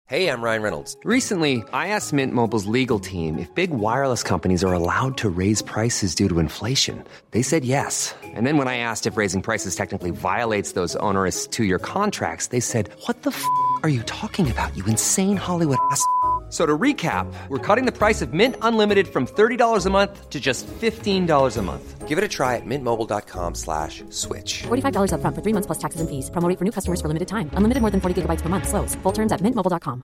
Hey, I'm Ryan Reynolds. Recently, I asked Mint Mobile's legal team if big wireless companies are allowed to raise prices due to inflation. They said yes. And then when I asked if raising prices technically violates those onerous two-year contracts, they said, "What the f*** are you talking about, you insane Hollywood ass?" So to recap, we're cutting the price of Mint Unlimited from $30 a month to just $15 a month. Give it a try at mintmobile.com/switch. $45 up front for 3 months plus taxes and fees. Promo rate for new customers for limited time. Unlimited more than 40 gigabytes per month. Slows full terms at mintmobile.com.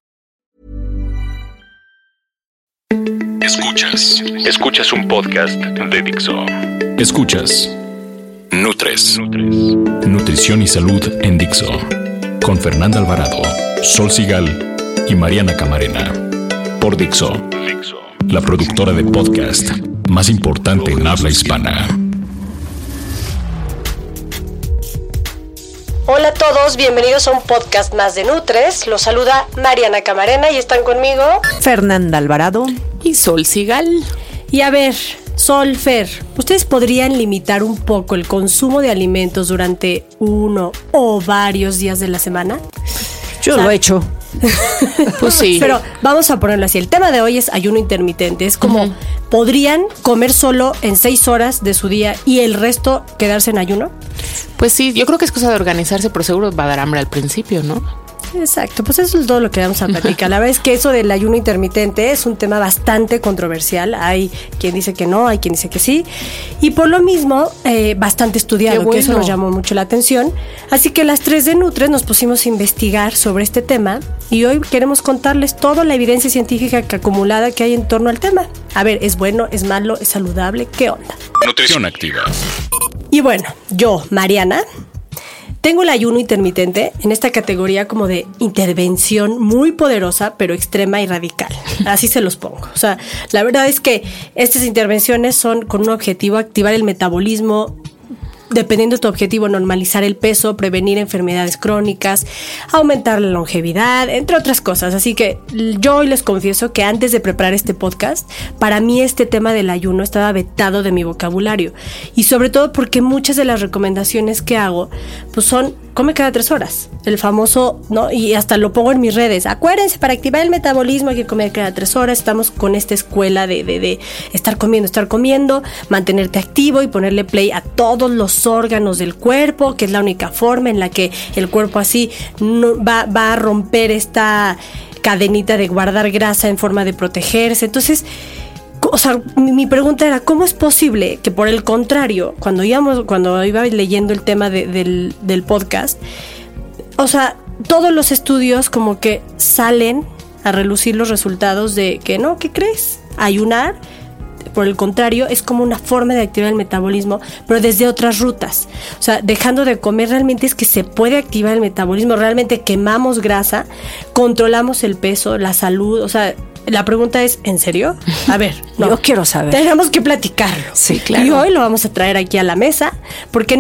Escuchas un podcast de Dixo. Escuchas Nutres. Nutrición y salud en Dixo. Con Fernanda Alvarado, Sol Sigal y Mariana Camarena. Por Dixo, la productora de podcast más importante en habla hispana. Hola a todos, bienvenidos a un podcast más de Nutres. Los saluda Mariana Camarena y están conmigo Fernanda Alvarado y Sol Sigal. Y a ver, Sol, Fer, ¿ustedes podrían limitar un poco el consumo de alimentos durante uno o varios días de la semana? Yo lo he hecho. Pues sí. Pero vamos a ponerlo así. El tema de hoy es ayuno intermitente. Es como, ¿podrían comer solo en 6 horas de su día y el resto quedarse en ayuno? Pues sí, yo creo que es cosa de organizarse, pero seguro va a dar hambre al principio, ¿no? Exacto, pues eso es todo lo que vamos a platicar. La verdad es que eso del ayuno intermitente es un tema bastante controversial. Hay quien dice que no, hay quien dice que sí. Y por lo mismo, bastante estudiado, bueno. Que eso nos llamó mucho la atención. Así que las 3 de Nutres nos pusimos a investigar sobre este tema y hoy queremos contarles toda la evidencia científica acumulada que hay en torno al tema. A ver, ¿es bueno, es malo, es saludable? ¿Qué onda? Nutrición activa. Y bueno, yo, Mariana, tengo el ayuno intermitente en esta categoría como de intervención muy poderosa, pero extrema y radical. Así se los pongo. O sea, la verdad es que estas intervenciones son con un objetivo: activar el metabolismo, dependiendo de tu objetivo, normalizar el peso, prevenir enfermedades crónicas, aumentar la longevidad, entre otras cosas. Así que yo hoy les confieso que antes de preparar este podcast, para mí este tema del ayuno estaba vetado de mi vocabulario. Y sobre todo porque muchas de las recomendaciones que hago, pues son: come cada 3 horas. El famoso, ¿no? Y hasta lo pongo en mis redes. Acuérdense, para activar el metabolismo hay que comer cada 3 horas. Estamos con esta escuela de estar comiendo, mantenerte activo y ponerle play a todos los órganos del cuerpo, que es la única forma en la que el cuerpo así no, va a romper esta cadenita de guardar grasa en forma de protegerse. Entonces, o sea, mi pregunta era, ¿cómo es posible que, por el contrario, cuando iba leyendo el tema del podcast, o sea, todos los estudios como que salen a relucir los resultados de que no, ¿qué crees? Ayunar, por el contrario, es como una forma de activar el metabolismo, pero desde otras rutas. O sea, dejando de comer, realmente es que se puede activar el metabolismo, realmente quemamos grasa, controlamos el peso, la salud. O sea, la pregunta es, ¿en serio? A ver, no. Yo quiero saber. Tenemos que platicarlo. Sí, claro. Y hoy lo vamos a traer aquí a la mesa, porque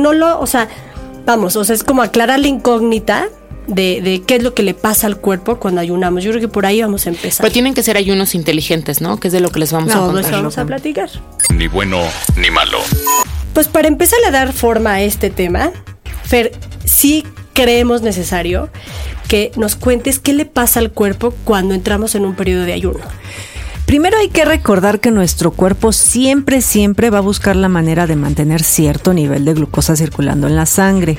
es como aclarar la incógnita de qué es lo que le pasa al cuerpo cuando ayunamos. Yo creo que por ahí vamos a empezar. Pero tienen que ser ayunos inteligentes, ¿no? Que es de lo que les vamos a contar. Vamos a platicar. Ni bueno ni malo. Pues para empezar a dar forma a este tema, Fer, sí creemos necesario que nos cuentes qué le pasa al cuerpo cuando entramos en un periodo de ayuno. Primero hay que recordar que nuestro cuerpo siempre va a buscar la manera de mantener cierto nivel de glucosa circulando en la sangre.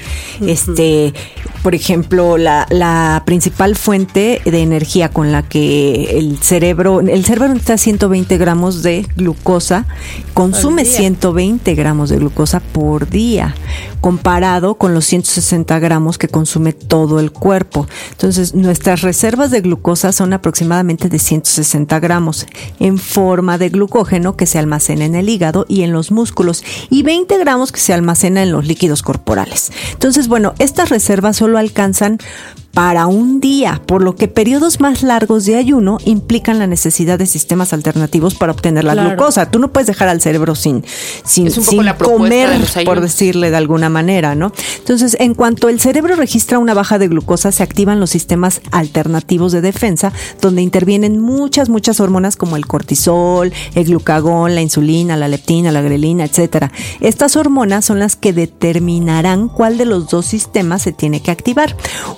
Por ejemplo, la principal fuente de energía con la que el cerebro necesita 120 gramos de glucosa, consume 120 gramos de glucosa por día, comparado con los 160 gramos que consume todo el cuerpo. Entonces, nuestras reservas de glucosa son aproximadamente de 160 gramos en forma de glucógeno que se almacena en el hígado y en los músculos, y 20 gramos que se almacena en los líquidos corporales. Entonces, bueno, estas reservas solo alcanzan para un día, por lo que periodos más largos de ayuno implican la necesidad de sistemas alternativos para obtener la glucosa. Tú no puedes dejar al cerebro sin comer, por decirle de alguna manera, ¿no? Entonces, en cuanto el cerebro registra una baja de glucosa, se activan los sistemas alternativos de defensa, donde intervienen muchas hormonas como el cortisol, el glucagón, la insulina, la leptina, la grelina, etcétera. Estas hormonas son las que determinarán cuál de los dos sistemas se tiene que activar. Uno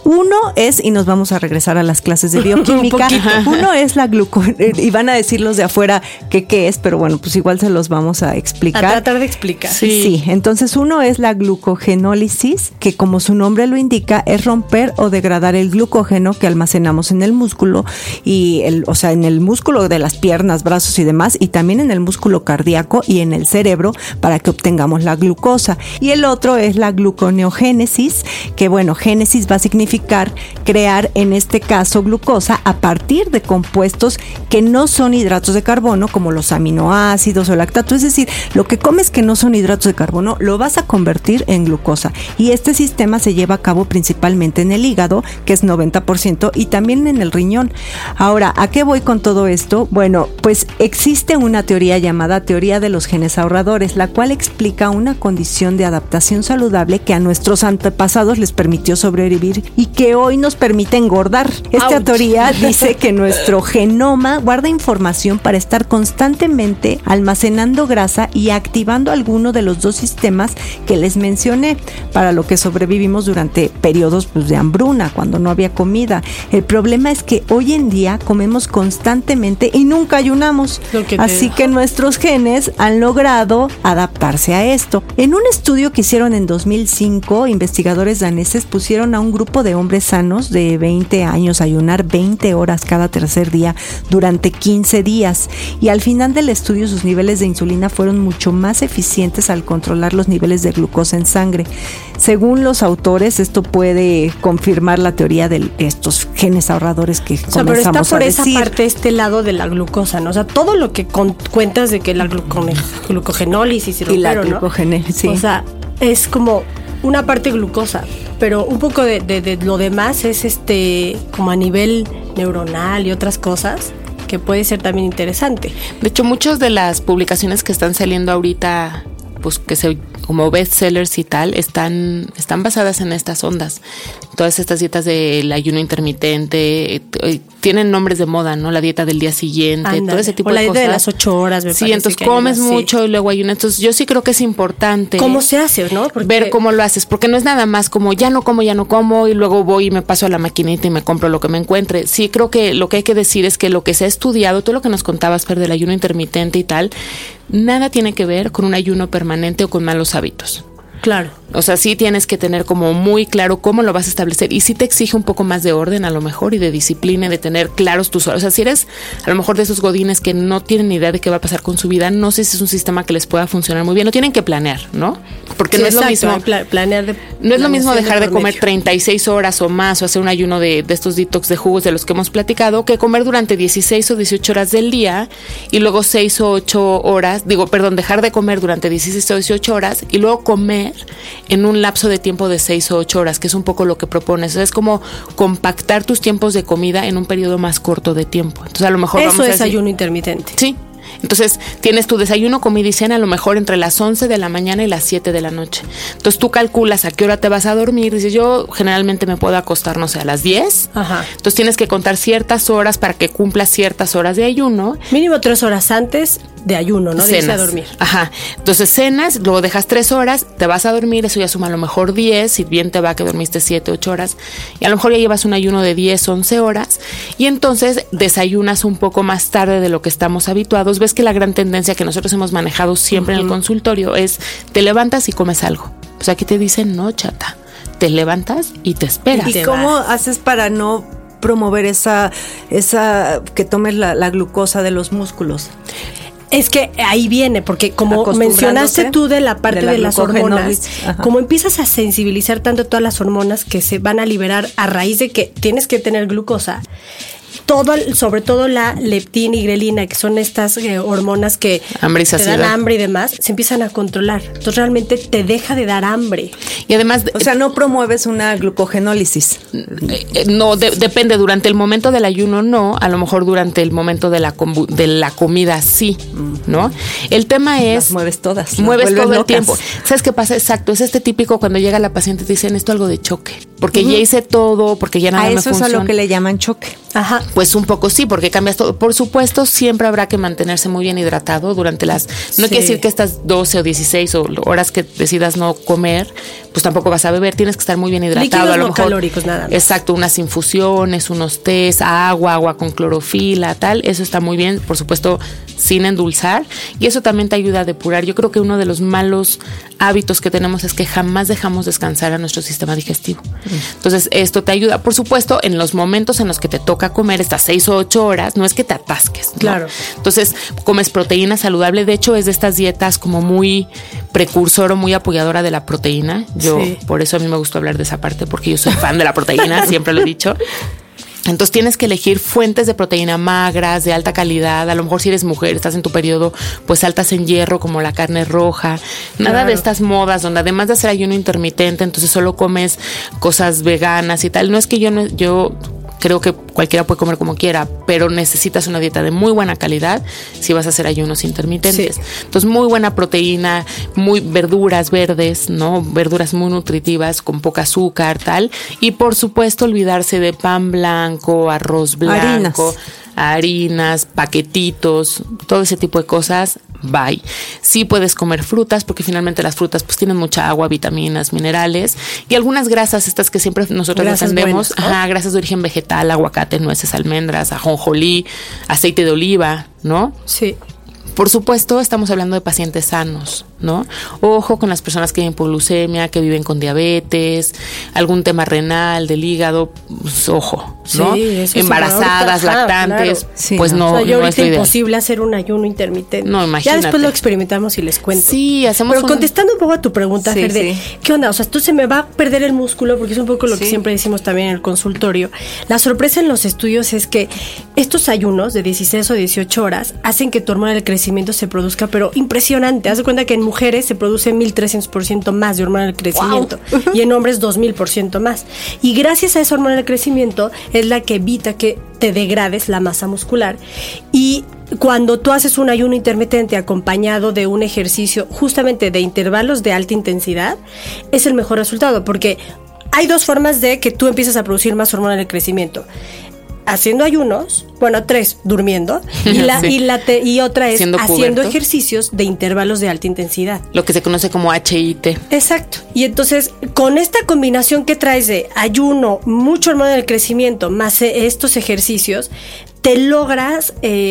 es, y nos vamos a regresar a las clases de bioquímica, uno es la y van a decir los de afuera qué es, pero bueno, pues igual se los vamos a explicar. A tratar de explicar. Sí, entonces uno es la glucogenólisis, que como su nombre lo indica, es romper o degradar el glucógeno que almacenamos en el músculo, y en el músculo de las piernas, brazos y demás, y también en el músculo cardíaco y en el cerebro, para que obtengamos la glucosa. Y el otro es la gluconeogénesis, que bueno, génesis va a significar crear, en este caso, glucosa a partir de compuestos que no son hidratos de carbono, como los aminoácidos o lactato. Es decir, lo que comes que no son hidratos de carbono, lo vas a convertir en glucosa. Y este sistema se lleva a cabo principalmente en el hígado, que es 90%, y también en el riñón. Ahora, ¿a qué voy con todo esto? Bueno, pues existe una teoría llamada teoría de los genes ahorradores, la cual explica una condición de adaptación saludable que a nuestros antepasados les permitió sobrevivir y que hoy nos permite engordar. Esta teoría dice que nuestro genoma guarda información para estar constantemente almacenando grasa y activando alguno de los dos sistemas que les mencioné, para lo que sobrevivimos durante periodos de hambruna, cuando no había comida. El problema es que hoy en día comemos constantemente y nunca ayunamos. Así que nuestros genes han logrado adaptarse a esto. En un estudio que hicieron en 2005, investigadores daneses pusieron a un grupo de hombres sanos de 20 años a ayunar 20 horas cada tercer día durante 15 días. Y al final del estudio, sus niveles de insulina fueron mucho más eficientes al controlar los niveles de glucosa en sangre. Según los autores, esto puede confirmar la teoría de estos genes ahorradores que comenzamos a decir. Pero está por esa parte, este lado de la glucosa, ¿no? O sea, todo lo que cuentas de que la glucogenólisis y la glucogénesis, sí. O sea, es como una parte glucosa, pero un poco de lo demás es como a nivel neuronal y otras cosas, que puede ser también interesante. De hecho, muchas de las publicaciones que están saliendo ahorita, pues como bestsellers y tal, están basadas en estas ondas. Todas estas dietas del ayuno intermitente tienen nombres de moda, ¿no? La dieta del día siguiente, Ándale. Todo ese tipo o de cosas. La dieta de las 8 horas, me sí, parece. entonces comes mucho y luego ayunas. Entonces yo sí creo que es importante. ¿Cómo se hace, no? Porque ver cómo lo haces, porque no es nada más como ya no como y luego voy y me paso a la maquinita y me compro lo que me encuentre. Sí creo que lo que hay que decir es que lo que se ha estudiado, todo lo que nos contabas, Fer, del ayuno intermitente y tal, nada tiene que ver con un ayuno permanente o con malos hábitos. Claro. O sea, sí tienes que tener como muy claro cómo lo vas a establecer, y sí te exige un poco más de orden a lo mejor y de disciplina, de tener claros tus horas. O sea, si eres a lo mejor de esos godines que no tienen ni idea de qué va a pasar con su vida, no sé si es un sistema que les pueda funcionar muy bien. Lo tienen que planear, ¿no? Porque sí, no es lo mismo planear no es lo mismo dejar de comer 36 horas o más o hacer un ayuno de estos detox de jugos de los que hemos platicado, que comer durante 16 o 18 horas del día y luego 6 o 8 horas, dejar de comer durante 16 o 18 horas y luego comer en un lapso de tiempo de 6 o 8 horas, que es un poco lo que propones. O sea, es como compactar tus tiempos de comida en un periodo más corto de tiempo. Entonces, a lo mejor eso es ayuno intermitente. Sí. Entonces, tienes tu desayuno, comida y cena a lo mejor entre las 11 de la mañana y las 7 de la noche. Entonces, tú calculas a qué hora te vas a dormir. Dices, yo generalmente me puedo acostar, no sé, a las 10. Ajá. Entonces, tienes que contar ciertas horas para que cumplas ciertas horas de ayuno. Mínimo 3 horas antes de ayuno, ¿no? De irse a dormir. Ajá. Entonces, cenas, luego dejas 3 horas, te vas a dormir, eso ya suma a lo mejor 10, si bien te va que dormiste 7, 8 horas. Y a lo mejor ya llevas un ayuno de 10, 11 horas. Y entonces, desayunas un poco más tarde de lo que estamos habituados. Ves que la gran tendencia que nosotros hemos manejado siempre en el consultorio es te levantas y comes algo. Pues aquí te dicen, no, chata, te levantas y te esperas. ¿Y cómo haces para no promover esa que tomes la glucosa de los músculos? Es que ahí viene, porque como mencionaste tú de la parte de las hormonas, como empiezas a sensibilizar tanto todas las hormonas que se van a liberar a raíz de que tienes que tener glucosa, sobre todo la leptina y grelina, que son estas hormonas que te dan hambre y demás, se empiezan a controlar. Entonces realmente te deja de dar hambre. Y además, o sea, no promueves una glucogenólisis. No, depende. Durante el momento del ayuno no, a lo mejor durante el momento de la comida sí, ¿no? El tema es... Las mueves todas. Mueves todo el tiempo. ¿Sabes qué pasa? Exacto, es típico cuando llega la paciente y te dicen esto algo de choque. porque ya hice todo, porque ya nada me funciona. A eso es a lo que le llaman choque. Ajá. Pues un poco sí, porque cambias todo. Por supuesto, siempre habrá que mantenerse muy bien hidratado durante las... No quiere decir que estas 12 o 16 horas que decidas no comer, pues tampoco vas a beber. Tienes que estar muy bien hidratado. Líquidos a lo no mejor, calóricos, nada más. Exacto, unas infusiones, unos tés, agua con clorofila, tal. Eso está muy bien, por supuesto, sin endulzar. Y eso también te ayuda a depurar. Yo creo que uno de los malos hábitos que tenemos es que jamás dejamos descansar a nuestro sistema digestivo. Entonces, esto te ayuda. Por supuesto, en los momentos en los que te toca comer estas 6 o 8 horas, no es que te atasques, ¿no? Claro. Entonces, comes proteína saludable. De hecho, es de estas dietas como muy precursor o muy apoyadora de la proteína. Yo, por eso a mí me gusta hablar de esa parte, porque yo soy fan de la proteína, siempre lo he dicho. Entonces tienes que elegir fuentes de proteína magras, de alta calidad. A lo mejor si eres mujer, estás en tu periodo, pues altas en hierro como la carne roja. Nada de estas modas donde además de hacer ayuno intermitente, entonces solo comes cosas veganas y tal. No es que yo creo que cualquiera puede comer como quiera, pero necesitas una dieta de muy buena calidad si vas a hacer ayunos intermitentes. Sí. Entonces, muy buena proteína, muy verduras verdes, ¿no? Verduras muy nutritivas, con poca azúcar, tal. Y por supuesto, olvidarse de pan blanco, arroz blanco, harinas, paquetitos, todo ese tipo de cosas. Bye. Sí puedes comer frutas, porque finalmente las frutas pues tienen mucha agua, vitaminas, minerales y algunas grasas, estas que siempre nosotros defendemos. Buenas, ¿no? Ajá, grasas de origen vegetal, aguacate, nueces, almendras, ajonjolí, aceite de oliva, ¿no? Sí. Por supuesto, estamos hablando de pacientes sanos, ¿no? Ojo con las personas que tienen hipoglucemia, que viven con diabetes, algún tema renal, del hígado, pues, ojo, ¿no? Sí, embarazadas, lactantes, claro. Sí, pues no, o sea, yo no ahorita es imposible hacer un ayuno intermitente. No, imagínate. Ya después lo experimentamos y les cuento. Sí, hacemos. Pero contestando un poco a tu pregunta, Fer, ¿qué onda? O sea, tú se me va a perder el músculo, porque es un poco lo que siempre decimos también en el consultorio. La sorpresa en los estudios es que estos ayunos de 16 o 18 horas hacen que tu hormona del crecimiento se produzca, pero impresionante. Haz de cuenta que en mujeres se produce 1300% más de hormona del crecimiento, wow. Y en hombres 2000% más. Y gracias a esa hormona del crecimiento es la que evita que te degrades la masa muscular. Y cuando tú haces un ayuno intermitente acompañado de un ejercicio justamente de intervalos de alta intensidad, es el mejor resultado, porque hay dos formas de que tú empieces a producir más hormona del crecimiento. Haciendo ayunos, bueno, 3, durmiendo, y otra es haciendo ejercicios de intervalos de alta intensidad. Lo que se conoce como HIIT. Exacto. Y entonces, con esta combinación que traes de ayuno, mucho hormona del crecimiento, más estos ejercicios, te logras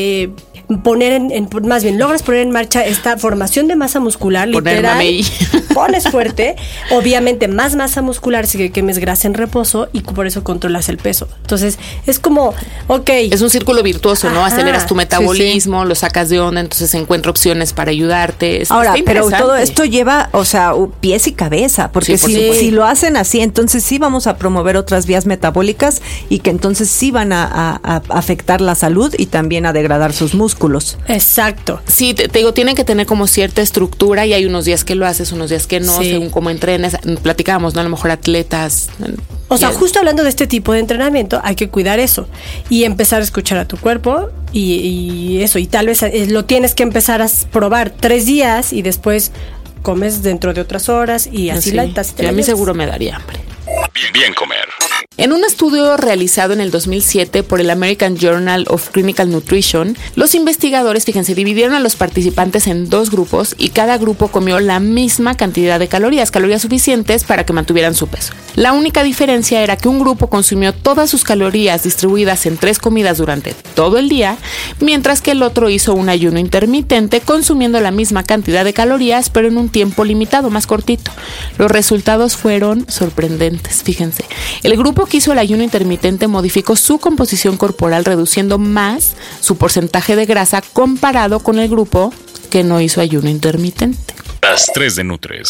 logras poner en marcha esta formación de masa muscular, literal. Pones fuerte, obviamente más masa muscular si que quemes grasa en reposo y por eso controlas el peso. Entonces, es como, es un círculo virtuoso, ¿no? Aceleras tu metabolismo, lo sacas de onda, entonces encuentra opciones para ayudarte. Ahora, pero todo esto lleva, o sea, pies y cabeza, porque si lo hacen así, entonces sí vamos a promover otras vías metabólicas y que entonces sí van a afectar la salud y también a degradar sus músculos. Exacto. Sí, te digo, tienen que tener como cierta estructura y hay unos días que lo haces, unos días que no, según cómo entrenes. Platicábamos, ¿no? A lo mejor atletas. O sea, justo hablando de este tipo de entrenamiento, hay que cuidar eso y empezar a escuchar a tu cuerpo y eso. Y tal vez lo tienes que empezar a probar 3 días y después comes dentro de otras horas y así a mí seguro me daría hambre. Bien comer. En un estudio realizado en el 2007 por el American Journal of Clinical Nutrition, los investigadores, fíjense, dividieron a los participantes en 2 grupos y cada grupo comió la misma cantidad de calorías suficientes para que mantuvieran su peso. La única diferencia era que un grupo consumió todas sus calorías distribuidas en 3 comidas durante todo el día, mientras que el otro hizo un ayuno intermitente consumiendo la misma cantidad de calorías, pero en un tiempo limitado, más cortito. Los resultados fueron sorprendentes, fíjense. El grupo que hizo el ayuno intermitente modificó su composición corporal, reduciendo más su porcentaje de grasa comparado con el grupo que no hizo ayuno intermitente. Las 3 de Nutres.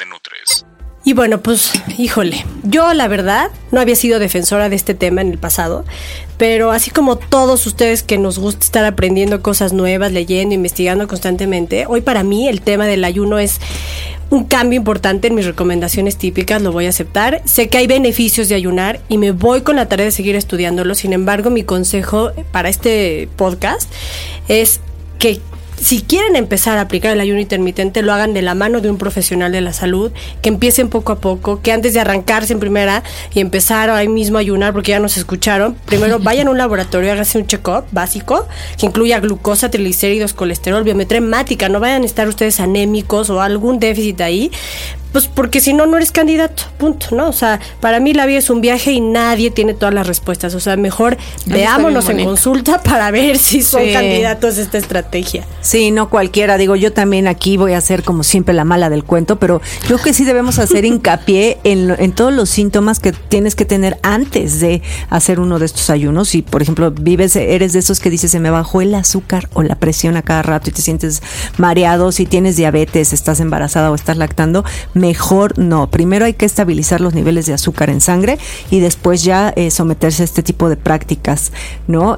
Y bueno, pues, híjole, yo la verdad no había sido defensora de este tema en el pasado, pero así como todos ustedes que nos gusta estar aprendiendo cosas nuevas, leyendo, investigando constantemente, hoy para mí el tema del ayuno es un cambio importante en mis recomendaciones típicas, lo voy a aceptar. Sé que hay beneficios de ayunar y me voy con la tarea de seguir estudiándolo. Sin embargo, mi consejo para este podcast es que si quieren empezar a aplicar el ayuno intermitente, lo hagan de la mano de un profesional de la salud, que empiecen poco a poco, que antes de arrancarse en primera y empezar ahí mismo a ayunar, porque ya nos escucharon, primero vayan a un laboratorio, háganse un check-up básico, que incluya glucosa, triglicéridos, colesterol, biometría hemática, no vayan a estar ustedes anémicos o algún déficit ahí, pues porque si no, no eres candidato, punto, ¿no? O sea, para mí la vida es un viaje y nadie tiene todas las respuestas. O sea, mejor veámonos en consulta para ver si son candidatos a esta estrategia. Sí, no cualquiera. Digo, yo también aquí voy a ser como siempre la mala del cuento, pero yo creo que sí debemos hacer hincapié en todos los síntomas que tienes que tener antes de hacer uno de estos ayunos. Si, por ejemplo, eres de esos que dices, se me bajó el azúcar o la presión a cada rato y te sientes mareado, si tienes diabetes, estás embarazada o estás lactando, mejor no. Primero hay que estabilizar los niveles de azúcar en sangre y después ya someterse a este tipo de prácticas, ¿no?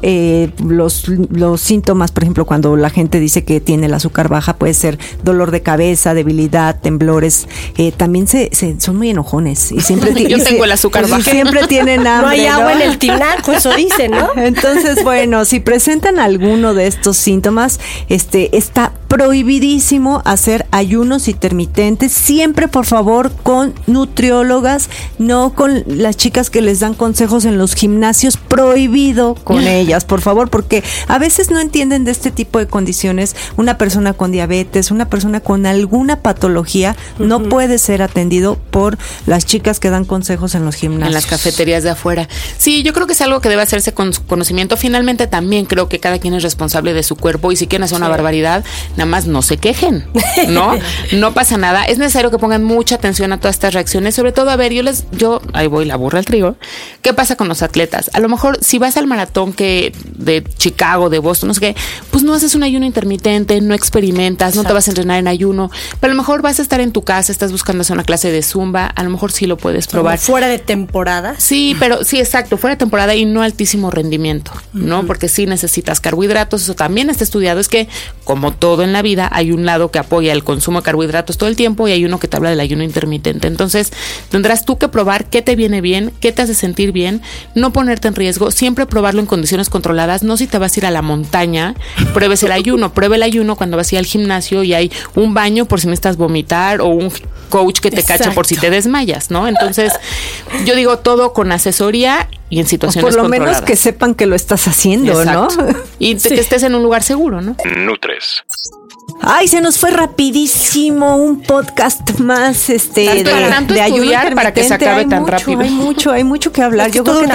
Los síntomas, por ejemplo, cuando la gente dice que tiene el azúcar baja, puede ser dolor de cabeza, debilidad, temblores. También son muy enojones y siempre yo tengo el azúcar baja. Siempre tienen hambre. No hay agua en el tinaco, eso dicen, ¿no? Entonces, bueno, si presentan alguno de estos síntomas, está prohibidísimo hacer ayunos intermitentes, siempre por favor con nutriólogas, no con las chicas que les dan consejos en los gimnasios, prohibido con ellas, por favor, porque a veces no entienden de este tipo de condiciones. Una persona con diabetes, una persona con alguna patología no puede ser atendido por las chicas que dan consejos en los gimnasios. En las cafeterías de afuera. Sí, yo creo que es algo que debe hacerse con conocimiento. Finalmente también creo que cada quien es responsable de su cuerpo y si quieren hacer una barbaridad, nada más no se quejen, ¿no? No pasa nada. Es necesario que pongan mucha atención a todas estas reacciones, sobre todo, a ver, yo ahí voy, la burra al trigo. ¿Qué pasa con los atletas? A lo mejor si vas al maratón de Chicago, de Boston, no sé qué, pues no haces un ayuno intermitente, no experimentas, exacto, no te vas a entrenar en ayuno, pero a lo mejor vas a estar en tu casa, estás buscando hacer una clase de Zumba, a lo mejor sí lo puedes probar. Fuera de temporada. Sí, pero sí, exacto, fuera de temporada y no altísimo rendimiento, ¿no? Porque sí necesitas carbohidratos, eso también está estudiado, es que como todo en la vida, hay un lado que apoya el consumo de carbohidratos todo el tiempo y hay uno que te habla del ayuno intermitente. Entonces, tendrás tú que probar qué te viene bien, qué te hace sentir bien, no ponerte en riesgo, siempre probarlo en condiciones controladas, no si te vas a ir a la montaña, prueba el ayuno cuando vas a ir al gimnasio y hay un baño por si necesitas vomitar o un coach que te cacha por si te desmayas, ¿no? Entonces, yo digo todo con asesoría y en situaciones por lo controladas. menos que sepan que lo estás haciendo, exacto, ¿no? Y que estés en un lugar seguro, ¿no? Nutres. Ay, se nos fue rapidísimo un podcast más de ayuda para que se acabe tan rápido. Hay mucho que hablar. Yo creo que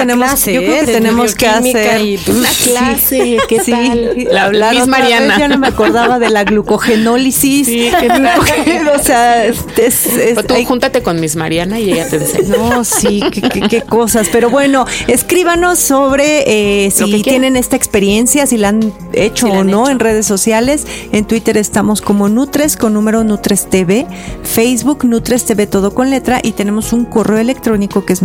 tenemos que hacer una clase. ¿Qué tal? La hablar Miss Mariana. Ya no me acordaba de la glucogenólisis. Sí, o sea, tú júntate con Miss Mariana y ella te enseña. No, sí, qué cosas. Pero bueno, escríbanos sobre si tienen esta experiencia, si la han hecho o no en redes sociales. En Twitter estamos como Nutres con número Nutres TV, Facebook Nutres TV todo con letra y tenemos un correo electrónico que es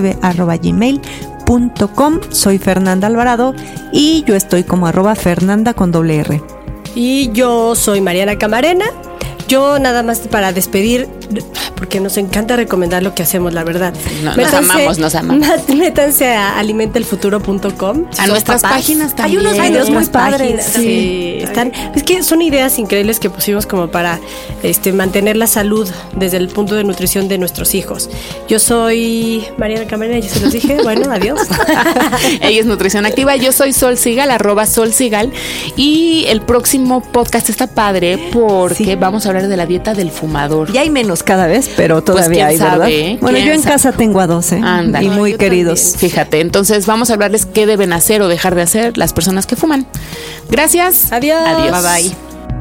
nutrestv@gmail.com. Soy Fernanda Alvarado y yo estoy como @Fernanda con @R. Y yo soy Mariana Camarena. Yo nada más para despedir, porque nos encanta recomendar lo que hacemos, la verdad. Nos amamos. Métanse a alimentelfuturo.com. A nuestras páginas también. Hay unos videos muy padres. Sí, es que son ideas increíbles que pusimos como para mantener la salud desde el punto de nutrición de nuestros hijos. Yo soy Mariana Camarena, ya se los dije. Bueno, adiós. Ella es Nutrición Activa. Yo soy Sol Sigal, @Sol Sigal. Y el próximo podcast está padre porque vamos a hablar de la dieta del fumador. Ya hay menos cada vez, pero todavía hay, ¿verdad? Bueno, yo en casa tengo a 2, y muy queridos. También. Fíjate, entonces vamos a hablarles qué deben hacer o dejar de hacer las personas que fuman. Gracias. Adiós. Bye bye.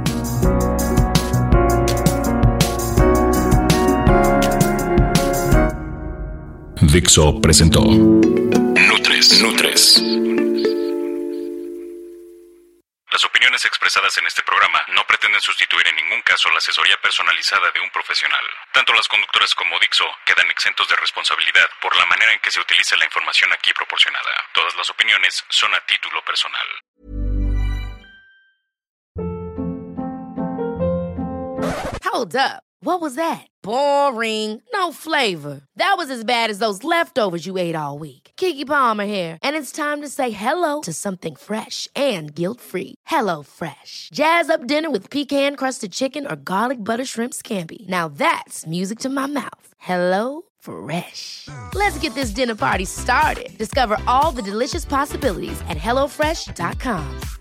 Dixo presentó Nutres. Las opiniones expresadas en este programa no pretenden sustituir en ningún caso la asesoría personalizada de un profesional. Tanto las conductoras como Dixo quedan exentos de responsabilidad por la manera en que se utiliza la información aquí proporcionada. Todas las opiniones son a título personal. Hold up. What was that? Boring. No flavor. That was as bad as those leftovers you ate all week. Keke Palmer here, and it's time to say hello to something fresh and guilt-free. Hello Fresh. Jazz up dinner with pecan-crusted chicken or garlic butter shrimp scampi. Now that's music to my mouth. Hello Fresh. Let's get this dinner party started. Discover all the delicious possibilities at HelloFresh.com.